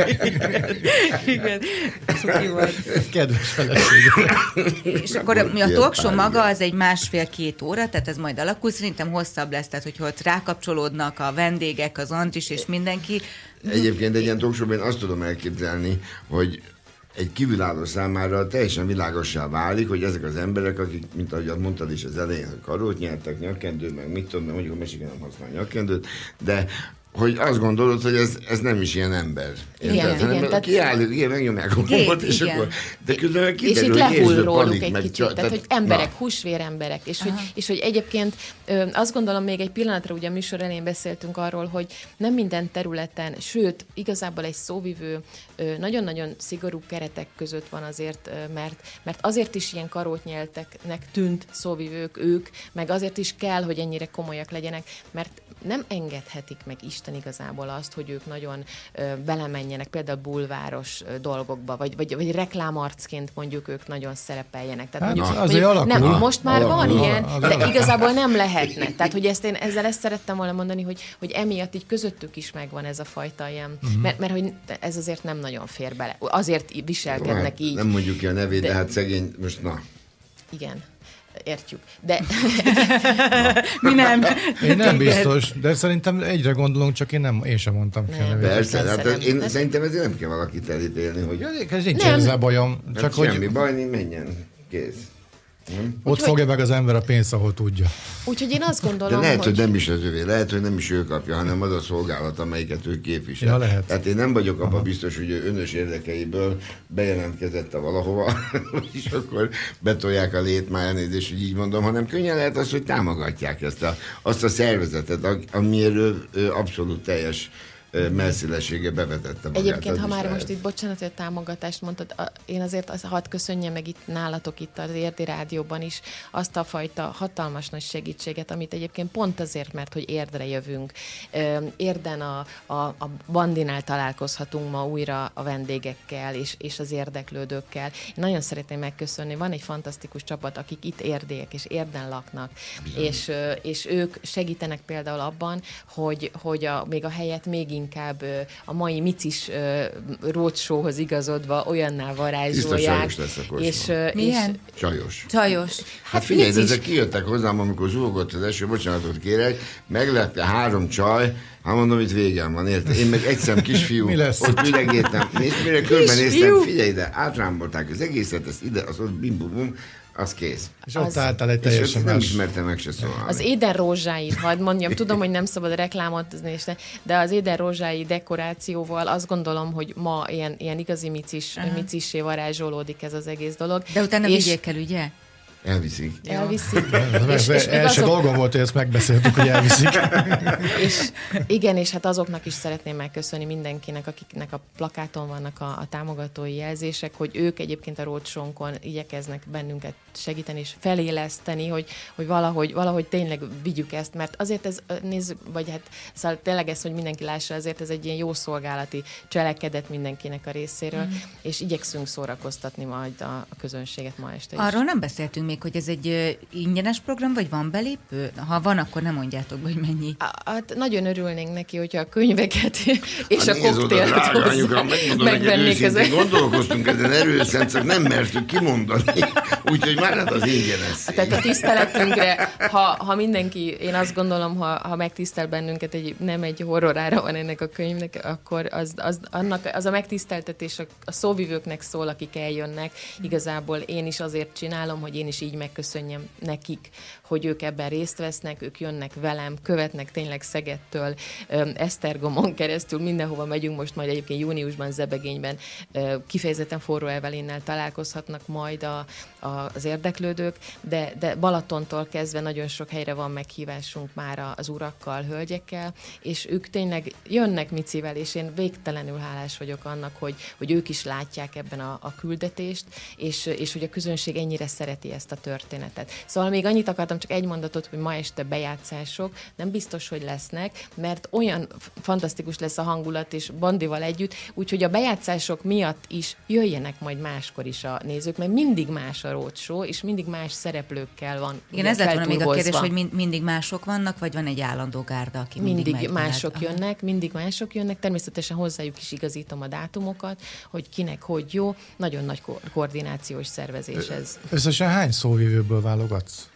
Igen, cuki volt. Kedves feleség. És akkor a talk show maga az egy 1,5-2 óra, tehát ez majd alakul, szerintem hosszabb lesz, tehát hogyha ott rákapcsolódnak a vendégek, az Andris és mindenki. Egyébként egy ilyen talk show-ban azt tudom elképzelni, hogy egy kívülálló számára teljesen világossá válik, hogy ezek az emberek, akik, mint ahogy mondtad is az elején, karót nyertek, nyakkendőt, meg mit tudom, mondjuk a Mesiken nem használ nyakkendőt, de hogy azt gondolod, hogy ez nem is ilyen ember. Igen, kiálljuk, igen, megnyomják a gombot, és akkor... De közben kiderül, és itt lehull róluk egy meg, kicsit, tehát hogy emberek, húsvér emberek, és hogy egyébként azt gondolom, még egy pillanatra, ugye a műsor elején beszéltünk arról, hogy nem minden területen, sőt, igazából egy szóvivő nagyon-nagyon szigorú keretek között van azért, mert azért is ilyen karótnyelteknek tűnt szóvivők ők, meg azért is kell, hogy ennyire komolyak legyenek, mert nem engedhetik meg Isten igazából azt, hogy ők nagyon belemenjenek például bulváros dolgokba, vagy reklámarcként mondjuk ők nagyon szerepeljenek. Tehát hát most már van ilyen, de igazából nem lehetne. Tehát, hogy ezzel ezt szerettem volna mondani, hogy emiatt így közöttük is megvan ez a fajta ilyen, mert hogy ez azért nem nagyon fér bele. Azért viselkednek így. Nem mondjuk ki a nevét, de hát szegény, most na. Igen. Értjük. De... Mi nem. Én nem biztos, de szerintem egyre gondolunk, csak én sem mondtam ki a nevét. Persze, hát én szerintem ezért nem kell valakit elítélni, hogy... Ez nincs ezzel bajom. Csak hogy... Semmi baj, menjen, kész. Ott fogja meg az ember a pénzt, ahol tudja. Úgyhogy én azt gondolom, de lehet, hogy nem is az övé, lehet, hogy nem is ő kapja, hanem az a szolgálat, amelyiket ő képvisel. Ja, lehet. Tehát én nem vagyok abban biztos, hogy ő önös érdekeiből bejelentkezett valahova, és akkor betolják a létmá, elnézést, hogy így mondom, hanem könnyen lehet az, hogy támogatják azt a szervezetet, amiért ő abszolút teljes messzélessége bevetette magát. Egyébként, ha már most itt, bocsánat, hogy a támogatást mondtad, én azért hadd köszönjem meg itt nálatok itt az Érdi Rádióban is azt a fajta hatalmas nagy segítséget, amit egyébként pont azért, mert hogy Érdre jövünk. Érden a Bandinál találkozhatunk ma újra a vendégekkel és az érdeklődőkkel. Én nagyon szeretném megköszönni, van egy fantasztikus csapat, akik itt érdiek és Érden laknak, és ők segítenek például abban, hogy még a helyet még inkább a mai micis roadshow-hoz igazodva olyanná varázsolják. És milyen? Csajos. Hát figyelj, de ezek kijöttek hozzám, amikor zúgott az eső, bocsánatot kérek, meglepte 3 csaj, hát mondom, itt végem van, érted? Én meg egy szem kisfiú, ott ülegétem, mire körbenéztem, figyelj ide, átrámbolták az egészet, ezt ide, az ott bim-bum-bum, az kész. És ott álltál egy teljesen nem ismertem meg se szólni. Az Éden rózsáit, hadd mondjam, tudom, hogy nem szabad reklámot, de az Éden rózsái dekorációval azt gondolom, hogy ma ilyen igazi micissé varázsolódik ez az egész dolog. De utána vigyék el, ugye? Elviszik. Első dolgom volt, hogy ezt megbeszéltük, hogy elviszik. És hát azoknak is szeretném megköszönni mindenkinek, akiknek a plakáton vannak a támogatói jelzések, hogy ők egyébként a roadshow-nkon igyekeznek bennünket segíteni és feléleszteni, hogy valahogy tényleg vigyük ezt, mert azért ez, szóval tényleg ez, hogy mindenki lássa, azért ez egy ilyen jó szolgálati cselekedet mindenkinek a részéről, és igyekszünk szórakoztatni majd a közönséget ma este is. Arról nem beszéltünk még, hogy ez egy ingyenes program, vagy van belépő? Ha van, akkor nem mondjátok, hogy mennyi. Hát nagyon örülnénk neki, hogyha a könyveket és a koktélt hozzá megvennék ezek. Gondolkoztunk ezen erősen, csak nem mertük kimondani. Úgyhogy már hát az ingyenes. Tehát a tiszteletünkre, ha mindenki, én azt gondolom, ha megtisztel bennünket, nem egy horrorára van ennek a könyvnek, akkor az a megtiszteltetés a szóvivőknek szól, akik eljönnek. Igazából én is azért csinálom, hogy én is így megköszönjem nekik, hogy ők ebben részt vesznek, ők jönnek velem, követnek tényleg Szegedtől, Esztergomon keresztül, mindenhova megyünk, most majd egyébként júniusban Zebegényben kifejezetten Forró Evelinnel találkozhatnak majd az érdeklődők, de Balatontól kezdve nagyon sok helyre van meghívásunk már az urakkal, hölgyekkel, és ők tényleg jönnek Micivel, és én végtelenül hálás vagyok annak, hogy ők is látják ebben a küldetést, és hogy a közönség ennyire szereti ezt a történetet. Szóval még annyit akartam, csak egy mondatot, hogy ma este bejátszások nem biztos, hogy lesznek, mert olyan fantasztikus lesz a hangulat, és Bandival együtt, úgyhogy a bejátszások miatt is jöjjenek majd máskor is a nézők, mert mindig más a roadshow, és mindig más szereplőkkel van. Igen, ez lett volna még a kérdés, hogy mindig mások vannak, vagy van egy állandó gárda, aki mindig mindig mások jönnek, természetesen hozzájuk is igazítom a dátumokat, hogy kinek hogy jó, nagyon nagy koordinációs szervezés ez. Összesen hány szóvivőből válogatsz?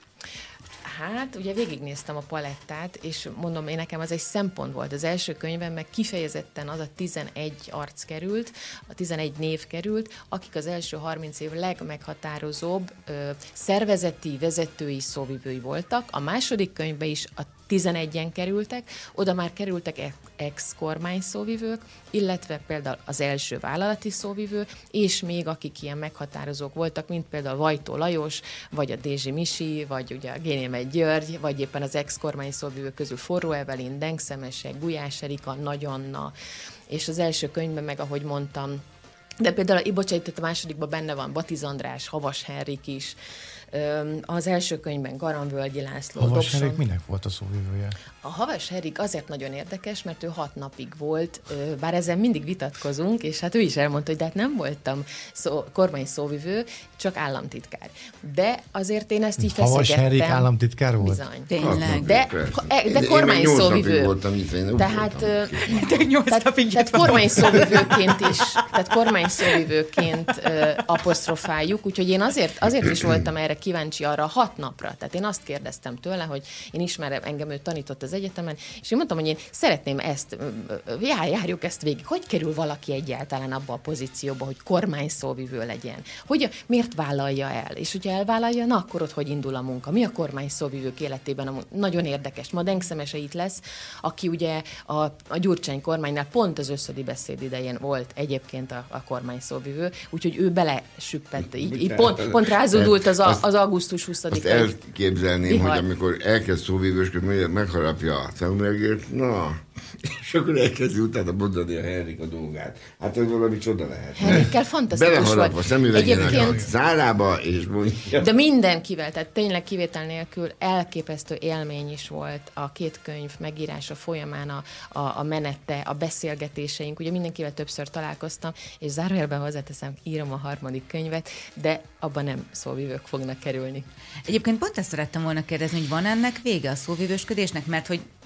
Hát, ugye végignéztem a palettát, és mondom, nekem az egy szempont volt. Az első könyvem meg kifejezetten az a 11 arc került, a 11 név került, akik az első 30 év legmeghatározóbb szervezeti, vezetői szóvivői voltak. A második könyvbe is a 11-en kerültek, oda már kerültek ex-kormány szóvivők, illetve például az első vállalati szóvivő, és még akik ilyen meghatározók voltak, mint például Vajtó Lajos, vagy a Dézsi Misi, vagy ugye a Génémet György, vagy éppen az ex-kormány szóvivők közül Forró Evelin, Denkszemese, Gulyás Erika, Nagy Anna, és az első könyvben meg, ahogy mondtam, de például, a másodikban benne van Batiz András, Havas Henrik is, az első könyvben Garamvölgyi László. Havas Henrik minek volt a szóvivője? A Havas Henrik azért nagyon érdekes, mert ő 6 napig volt, bár ezen mindig vitatkozunk, és hát ő is elmondta, hogy de hát nem voltam kormány szóvivő, csak államtitkár. De azért én ezt így feszegettem. Havas Henrik államtitkár volt? Bizony. Tényleg. De kormány szóvivő. Tehát kormány szóvivőként is, kormány szóvivőként apostrofáljuk, úgyhogy én azért is voltam erre kíváncsi arra 6 napra. Tehát én azt kérdeztem tőle, hogy én ismerem, engem ő tanított az egyetemen, és én mondtam, hogy én szeretném ezt, járjuk ezt végig. Hogy kerül valaki egyáltalán abba a pozícióba, hogy kormány szóvivő legyen? Miért vállalja el? És hogyha elvállalja, na akkor ott hogy indul a munka? Mi a kormány szóvivők életében? Nagyon érdekes. Ma Denkszemese itt lesz, aki ugye a Gyurcsány kormánynál pont az összödi beszéd idején volt egyébként a kormány szóvivő, úgyhogy ő belesüppett. Így pont rázódult az augusztus 20-ai. Azt elképzelném, hogy amikor elkezd szóvivősködni, megharapja a szemüvegét, na, és akkor elkezdi utána mondani a Henrik a dolgát. Hát ez valami csoda lehet. Henrikkel fantasztikus volt. Beleharap a szemüvegének a zárába, és mondja. De mindenkivel, tehát tényleg kivétel nélkül elképesztő élmény is volt a 2 könyv megírása folyamán, a menete, a beszélgetéseink. Ugye mindenkivel többször találkoztam, és zárójelben hozzáteszem, írom a 3. könyvet, de abban nem szóvivők fognak kerülni. Egyébként pont ezt szerettem volna kérdezni, hogy van ennek vége a szóvivősködésnek, mert hogy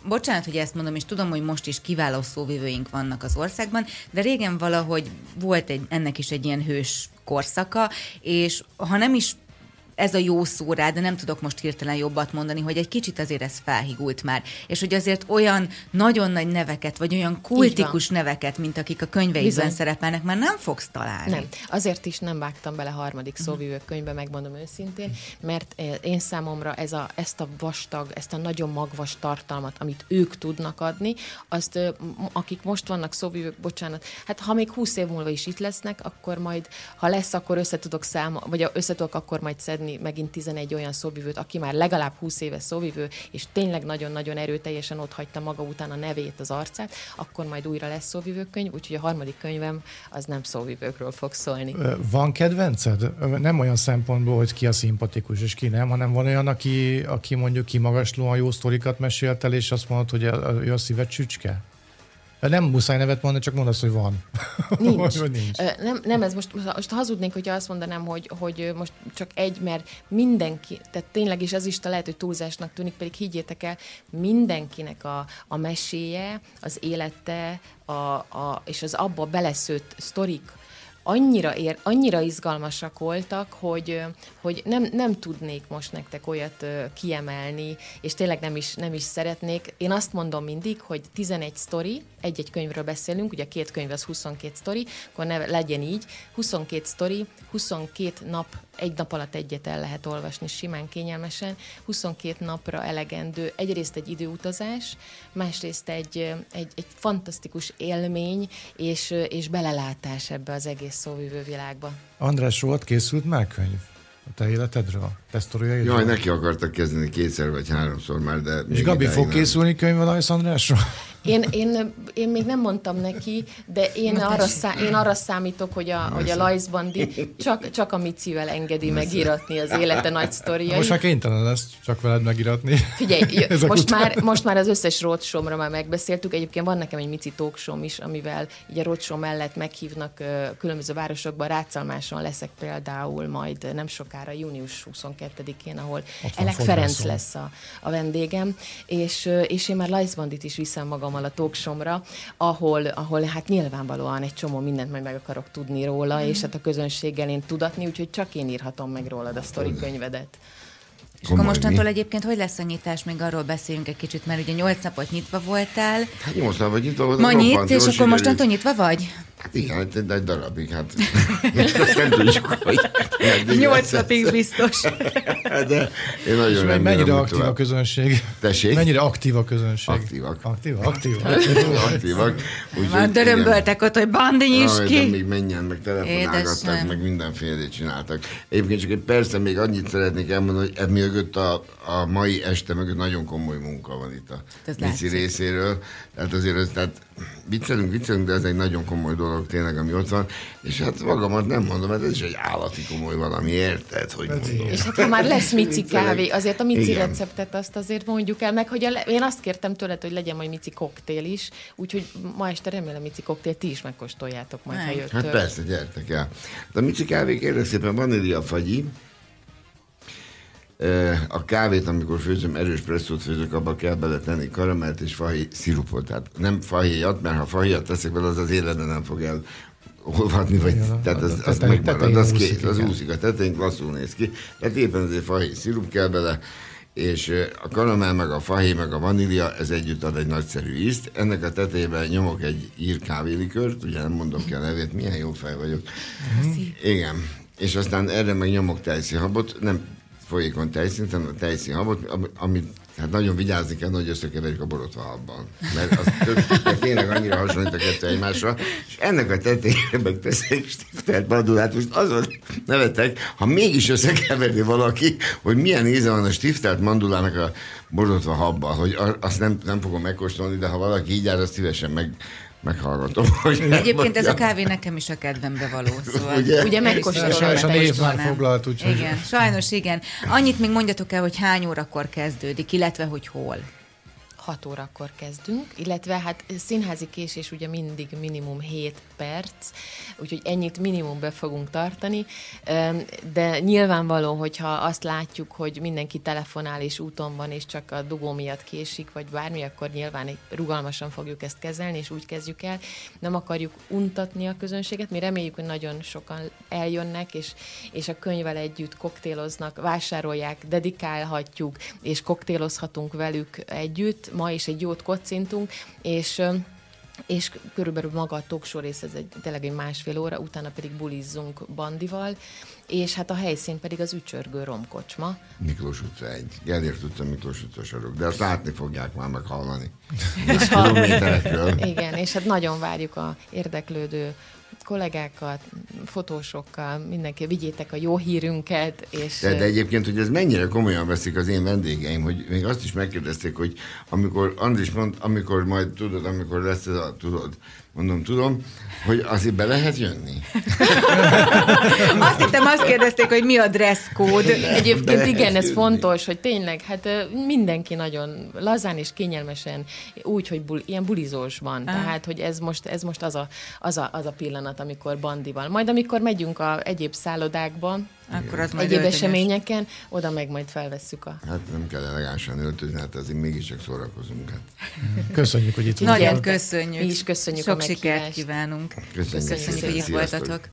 bocsánat, hogy ezt mondom, és tudom, hogy most is kiváló szóvivőink vannak az országban, de régen valahogy volt ennek is egy ilyen hős korszaka, és ha nem is ez a jó szó rá, de nem tudok most hirtelen jobbat mondani, hogy egy kicsit azért ez felhigult már. És hogy azért olyan nagyon nagy neveket, vagy olyan kultikus neveket, mint akik a könyveidben szerepelnek, már nem fogsz találni. Nem. Azért is nem vágtam bele harmadik szóvivők könyvbe, megmondom őszintén, mert én számomra ezt a vastag, ezt a nagyon magvas tartalmat, amit ők tudnak adni, azt akik most vannak szóvivők, bocsánat, hát ha még 20 év múlva is itt lesznek, akkor majd, ha lesz, akkor összetudok akkor majd szedni megint 11 olyan szóvivőt, aki már legalább 20 éves szóvivő, és tényleg nagyon-nagyon erőteljesen ott hagyta maga után a nevét, az arcát, akkor majd újra lesz szóvivőkönyv, úgyhogy a harmadik könyvem az nem szóvivőkről fog szólni. Van kedvenced? Nem olyan szempontból, hogy ki a szimpatikus és ki nem, hanem van olyan, aki mondjuk kimagaslóan jó sztorikat mesélt el, és azt mondod, hogy ő a szíved csücske? Nem muszáj nevet mondani, csak mondd azt, hogy van. Nincs. Nem, ez most hazudnék, hogyha azt mondanám, hogy most csak egy, mert mindenki, tehát tényleg is az is lehet, hogy túlzásnak tűnik, pedig higgyétek el, mindenkinek a meséje, az élete, és az abba beleszőtt sztorik, annyira izgalmasak voltak, hogy nem tudnék most nektek olyat kiemelni, és tényleg nem is szeretnék. Én azt mondom mindig, hogy 11 sztori, egy-egy könyvről beszélünk, ugye 2 könyv az 22 sztori, akkor legyen így, 22 sztori, 22 nap, egy nap alatt egyet el lehet olvasni simán, kényelmesen, 22 napra elegendő, egyrészt egy időutazás, másrészt egy fantasztikus élmény és belelátás ebbe az egész szóvivő világba. András, rólad készült már könyv? A te életedről? Te sztoriaidról? Jaj, neki akartak kezdeni 2-szer vagy 3-szor már, de... És Gabi fog készülni könyv a Lajsz Andrásról? Én még nem mondtam neki, de én arra számítok, hogy a Lajsz Bandi csak a Micivel engedi megíratni az élete nagy sztoriait. Most már kénytelen lesz csak veled megíratni. Figyelj, most már az összes roadshow-ra már megbeszéltük. Egyébként van nekem egy Mici talkshow is, amivel így a roadshow mellett meghívnak különböző városokban. Rácalmáson leszek például majd nem sokára, június 22-én, ahol Elek Ferenc lesz a vendégem, és én már Lajsz Bandit is viszem magam a talkshow-ra, ahol hát nyilvánvalóan egy csomó mindent majd meg akarok tudni róla, és hát a közönséggel én tudatni, úgyhogy csak én írhatom meg rólad a sztorikönyvedet. És akkor mostantól egyébként hogy lesz a nyitás? Még arról beszéljünk egy kicsit, mert ugye 8 napot nyitva voltál. Hát 8 napot nyitva voltam. Ma nyitsz, és akkor mostantól nyitva vagy? Hát igen, egy darabig, hát azt nem tudjuk, hogy... 8 napig biztos. De én nagyon remélem, mennyire aktív a közönség? Tessék? Mennyire aktív a közönség? Aktívak. Már dörömböltek ott, hogy Bandi nyis ki. De még menjen, meg telefonálgattak, meg mindenfélét csináltak. Egyébként csak persze még annyit szeretnék elmondani, hogy mögött a mai este mögött nagyon komoly munka van itt a Mici részéről. Tehát azért viccelünk, de ez egy nagyon komoly dolog tényleg, ami ott van. És hát magamat nem mondom, mert ez is egy állati komoly valami, érted? Hogy és hát ha már lesz Mici kávé, azért a Mici receptet azt azért mondjuk el, meg hogy én azt kértem tőled, hogy legyen majd Mici koktél is, úgyhogy ma este remélem Mici koktél ti is megkóstoljátok majd, ha jöttök. Hát persze, gyertek el. A Mici kávé kérlek szépen vanília fagyi. A kávét, amikor főzöm, erős presszót főzök, abba kell beletenni karamellt és fahéj szirupot. Tehát nem fahéjat, mert ha fahéjat teszek bele, az életben nem fog elolvadni, vagy tehát az megmarad, az úszik a tetején, klasszul néz ki. Tehát éppen azért fahéj szirup kell bele, és a karamell, meg a fahéj, meg a vanília, ez együtt ad egy nagyszerű ízt. Ennek a tetejében nyomok egy ír kávélikört, ugye nem mondom ki a nevét, milyen jó fej vagyok. Igen. És aztán erre meg nyomok tejszínhabot, nem folyékony tejszínt, hanem a tejszínhabot, amit hát nagyon vigyázni kell, hogy összekeverjük a borotvahabban. Mert tényleg annyira hasonlít a kettő egymásra, és ennek a tetejére meg teszek stiftelt mandulát. Most azon nevetek, ha mégis összekeverni valaki, hogy milyen íze van a stiftelt mandulának a borotvahabban, hogy azt nem fogom megkóstolni, de ha valaki így jár, azt szívesen meghallgatom. Egyébként ez a kávé nekem is a kedvembe való, szóval. Ugye megkóstolom. Sajnos a név már foglalt, úgyhogy... Igen, sajnos igen. Annyit még mondjatok el, hogy hány órakor kezdődik, illetve hogy hol. 6 órakor kezdünk, illetve hát színházi késés ugye mindig minimum 7 perc, úgyhogy ennyit minimum be fogunk tartani, de nyilvánvaló, hogyha azt látjuk, hogy mindenki telefonál és úton van, és csak a dugó miatt késik, vagy bármi, akkor nyilván rugalmasan fogjuk ezt kezelni, és úgy kezdjük el. Nem akarjuk untatni a közönséget, mi reméljük, hogy nagyon sokan eljönnek, és a könyvvel együtt koktéloznak, vásárolják, dedikálhatjuk, és koktélozhatunk velük együtt. Ma is egy jót kocintunk, és körülbelül maga a talkshow rész, ez tényleg egy 1,5 óra, utána pedig bulizzunk Bandival, és hát a helyszín pedig az Ücsörgő romkocsma. Miklós utca 1. Gellért utca, Miklós utca sarok. De azt látni fogják már, meg hallani. Igen, és hát nagyon várjuk a érdeklődő kollégákat, fotósokkal, mindenki, vigyétek a jó hírünket. És de egyébként, hogy ez mennyire komolyan veszik az én vendégeim, hogy még azt is megkérdezték, hogy amikor Andris mond, amikor majd tudod, amikor lesz ez a tudod, mondom, tudom, hogy azért be lehet jönni? Azt hittem, azt kérdezték, hogy mi a dress code. Egyébként igen, ez fontos, hogy tényleg, hát mindenki nagyon lazán és kényelmesen, úgy, hogy ilyen bulizósban. Tehát, hogy ez most az a pillanat, amikor Bandival. Majd amikor megyünk a egyéb szállodákba, akkor az majd egyéb öltönyös eseményeken, oda meg majd felvesszük a... Hát nem kell elegánsan öltözni, hát azért mégiscsak szórakozunk. Hát. Köszönjük, hogy itt Nagyon köszönjük. Mi is köszönjük Sok a sikert kívánunk. Köszönjük Köszönjük, hogy itt voltatok.